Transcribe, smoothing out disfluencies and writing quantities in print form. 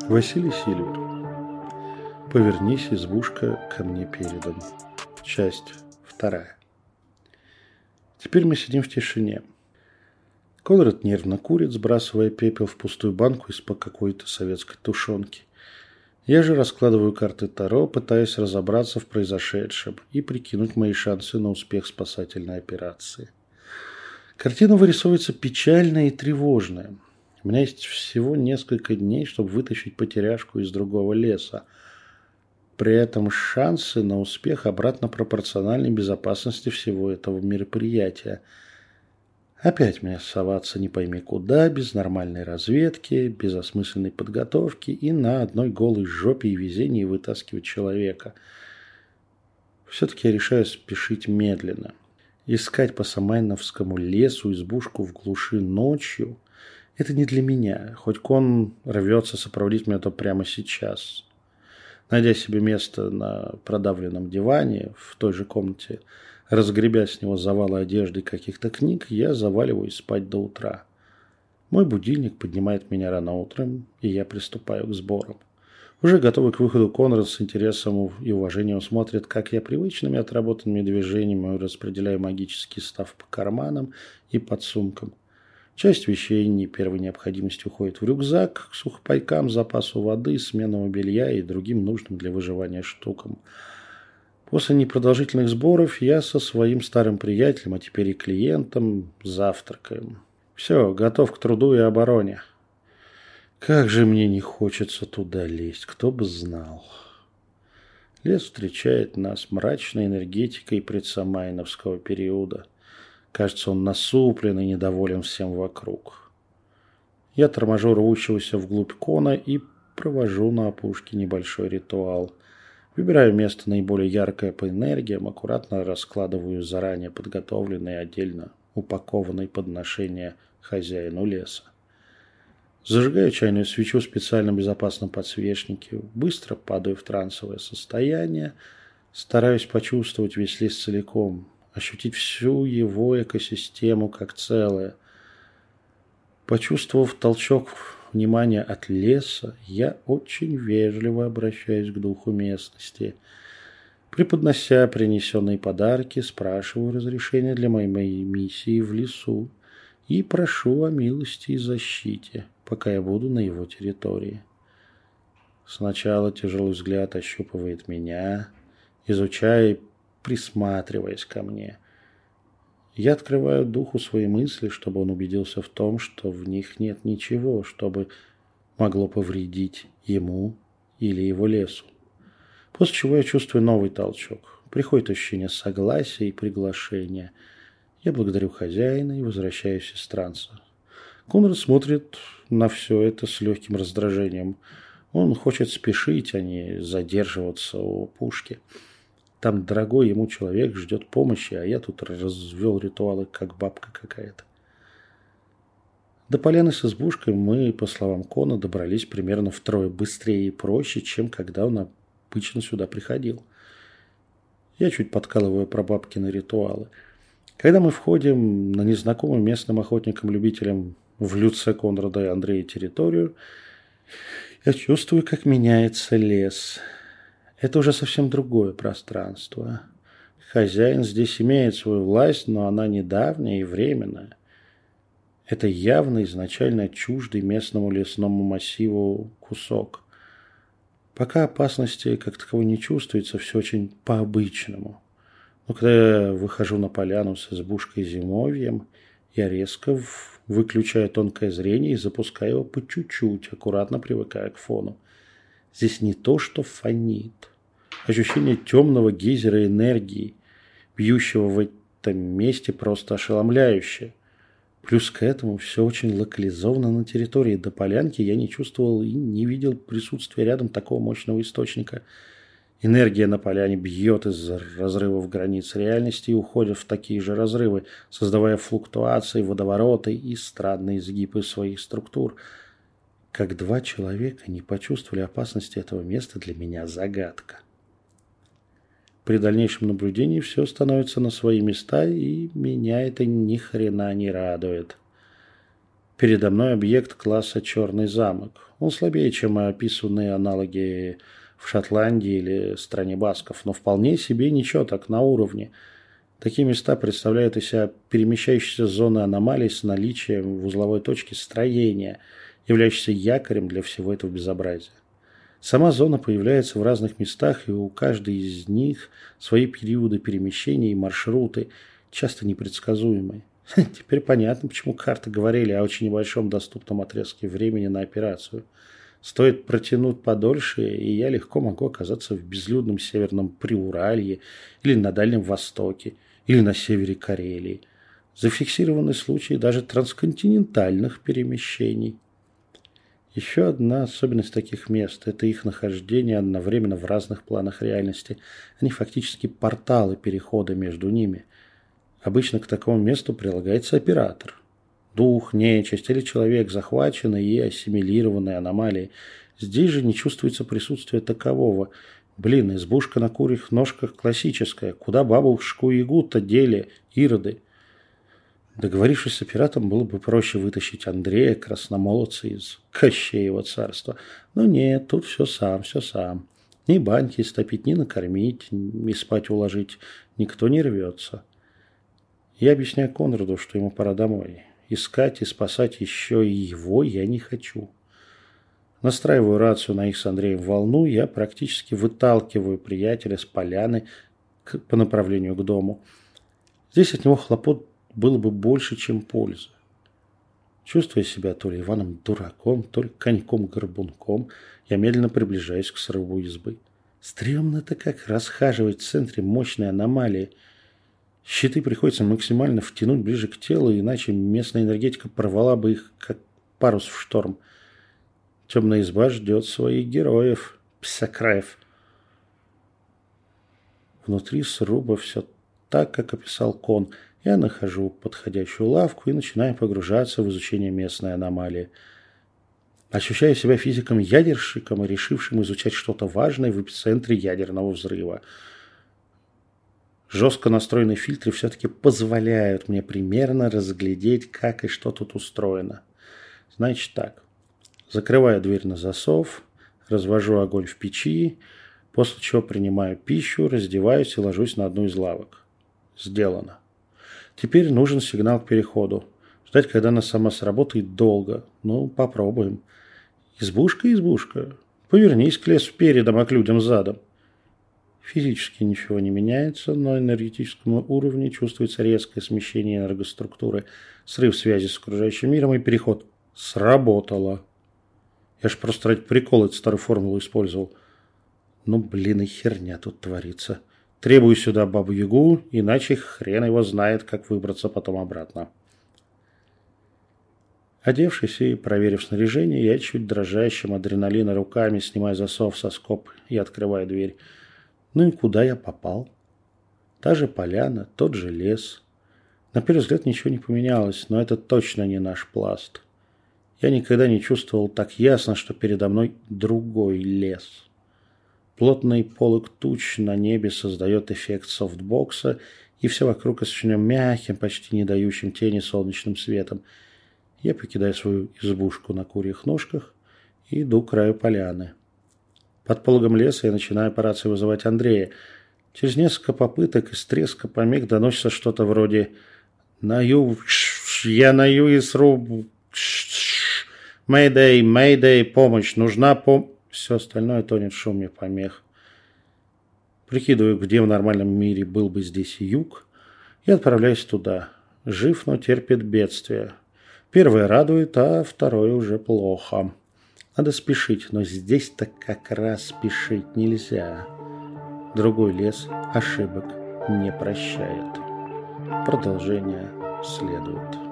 Василий Сильвер. Повернись, избушка, ко мне передом. Часть 2. Теперь мы сидим в тишине. Конрад нервно курит, сбрасывая пепел в пустую банку из-под какой-то советской тушенки. Я же раскладываю карты Таро, пытаясь разобраться в произошедшем и прикинуть мои шансы на успех спасательной операции. Картина вырисовывается печальная и тревожная. У меня есть всего несколько дней, чтобы вытащить потеряшку из другого леса. При этом шансы на успех обратно пропорциональны безопасности всего этого мероприятия. Опять мне соваться не пойми куда, без нормальной разведки, без осмысленной подготовки и на одной голой жопе и везении вытаскивать человека. Все-таки я решаю спешить медленно. Искать по Самайновскому лесу избушку в глуши ночью – это не для меня, хоть кон рвется сопроводить меня то прямо сейчас. Найдя себе место на продавленном диване в той же комнате, разгребя с него завалы одежды и каких-то книг, я заваливаюсь спать до утра. Мой будильник поднимает меня рано утром, и я приступаю к сборам. Уже готовый к выходу, Конрад с интересом и уважением смотрит, как я привычными отработанными движениями распределяю магический став по карманам и подсумкам. Часть вещей не первой необходимости уходит в рюкзак, к сухпайкам, запасу воды, сменного белья и другим нужным для выживания штукам. После непродолжительных сборов я со своим старым приятелем, а теперь и клиентом, завтракаем. Все, готов к труду и обороне. Как же мне не хочется туда лезть, кто бы знал. Лес встречает нас мрачной энергетикой предсамайновского периода. Кажется, он насуплен и недоволен всем вокруг. Я торможу рвущегося вглубь кона и провожу на опушке небольшой ритуал. Выбираю место наиболее яркое по энергиям, аккуратно раскладываю заранее подготовленные, отдельно упакованные подношения хозяину леса. Зажигаю чайную свечу в специальном безопасном подсвечнике, быстро падаю в трансовое состояние, стараюсь почувствовать весь лес целиком, ощутить всю его экосистему как целое. Почувствовав толчок внимания от леса, я очень вежливо обращаюсь к духу местности. Преподнося принесенные подарки, спрашиваю разрешения для моей миссии в лесу и прошу о милости и защите, пока я буду на его территории. Сначала тяжелый взгляд ощупывает меня, изучая и присматриваясь ко мне. Я открываю духу свои мысли, чтобы он убедился в том, что в них нет ничего, чтобы могло повредить ему или его лесу. После чего я чувствую новый толчок. Приходит ощущение согласия и приглашения. Я благодарю хозяина и возвращаюсь из транса. Конрад смотрит на все это с легким раздражением. Он хочет спешить, а не задерживаться у пушки. Там дорогой ему человек ждет помощи, а я тут развел ритуалы, как бабка какая-то. До поляны с избушкой мы, по словам Кона, добрались примерно втрое быстрее и проще, чем когда он обычно сюда приходил. Я чуть подкалываю про бабкины ритуалы. Когда мы входим на незнакомую местным охотникам-любителям в лице Конрада и Андрея территорию, я чувствую, как меняется лес. Это уже совсем другое пространство. Хозяин здесь имеет свою власть, но она недавняя и временная. Это явно изначально чуждый местному лесному массиву кусок. Пока опасности как таковой не чувствуется, все очень по-обычному. Но когда я выхожу на поляну с избушкой зимовьем, я резко выключаю тонкое зрение и запускаю его по чуть-чуть, аккуратно привыкая к фону. Здесь не то, что фонит. Ощущение темного гейзера энергии, бьющего в этом месте, просто ошеломляющее. Плюс к этому все очень локализовано на территории. До полянки я не чувствовал и не видел присутствия рядом такого мощного источника. Энергия на поляне бьет из разрывов границ реальности и уходит в такие же разрывы, создавая флуктуации, водовороты и странные изгибы своих структур. Как два человека не почувствовали опасности этого места, для меня загадка. При дальнейшем наблюдении все становится на свои места, и меня это ни хрена не радует. Передо мной объект класса «Черный замок». Он слабее, чем описанные аналоги в Шотландии или стране басков, но вполне себе ничего так на уровне. Такие места представляют из себя перемещающиеся зоны аномалий с наличием в узловой точке строения, являющейся якорем для всего этого безобразия. Сама зона появляется в разных местах, и у каждой из них свои периоды перемещения и маршруты, часто непредсказуемые. Теперь понятно, почему карты говорили о очень небольшом доступном отрезке времени на операцию. Стоит протянуть подольше, и я легко могу оказаться в безлюдном северном Приуралье или на Дальнем Востоке, или на севере Карелии. Зафиксированы случаи даже трансконтинентальных перемещений. Еще одна особенность таких мест – это их нахождение одновременно в разных планах реальности. Они фактически порталы перехода между ними. Обычно к такому месту прилагается оператор. Дух, нечисть или человек, захваченный и ассимилированный аномалией. Здесь же не чувствуется присутствие такового. Блин, избушка на курьих ножках классическая. Куда бабушку-ягу-то дели ироды? Договорившись с оператором, было бы проще вытащить Андрея, красномолодца, из Кощеева царства. Но нет, тут все сам. Ни баньки истопить, ни накормить, ни спать уложить никто не рвется. Я объясняю Конраду, что ему пора домой. Искать и спасать еще и его я не хочу. Настраиваю рацию на их с Андреем волну, я практически выталкиваю приятеля с поляны по направлению к дому. Здесь от него хлопот было бы больше, чем пользы. Чувствуя себя то ли Иваном-дураком, то ли коньком-горбунком, я медленно приближаюсь к срыву избы. Стремно-то как расхаживать в центре мощной аномалии. Щиты приходится максимально втянуть ближе к телу, иначе местная энергетика порвала бы их, как парус в шторм. Темная изба ждет своих героев, псакраев. Внутри сруба все так, как описал Кон. Я нахожу подходящую лавку и начинаю погружаться в изучение местной аномалии. Ощущаю себя физиком-ядерщиком и решившим изучать что-то важное в эпицентре ядерного взрыва. Жестко настроенные фильтры все-таки позволяют мне примерно разглядеть, как и что тут устроено. Значит так. Закрываю дверь на засов, развожу огонь в печи, после чего принимаю пищу, раздеваюсь и ложусь на одну из лавок. Сделано. Теперь нужен сигнал к переходу. Ждать, когда она сама сработает, долго. Ну, попробуем. Избушка. Повернись к лесу передом, а к людям задом. Физически ничего не меняется, но на энергетическом уровне чувствуется резкое смещение энергоструктуры, срыв связи с окружающим миром и переход. Сработало. Я ж просто ради прикола эту старую формулу использовал. Ну, блин, и херня тут творится. Требую сюда Бабу-Ягу, иначе хрен его знает, как выбраться потом обратно. Одевшись и проверив снаряжение, я чуть дрожащим адреналина руками снимаю засов со скоб и открываю дверь. Ну и куда я попал? Та же поляна, тот же лес. На первый взгляд ничего не поменялось, но это точно не наш пласт. Я никогда не чувствовал так ясно, что передо мной другой лес. Плотный полог туч на небе создает эффект софтбокса, и все вокруг освещено мягким, почти не дающим тени солнечным светом. Я покидаю свою избушку на курьих ножках и иду к краю поляны. Под пологом леса я начинаю по рации вызывать Андрея. Через несколько попыток из треска помех доносится что-то вроде «Я на юге сруб... Мэйдэй, помощь, нужна Все остальное тонет в шуме помех. Прикидываю, где в нормальном мире был бы здесь юг, и отправляюсь туда. Жив, но терпит бедствие. Первое радует, а второе уже плохо. Надо спешить, но здесь-то как раз спешить нельзя. Другой лес ошибок не прощает. Продолжение следует.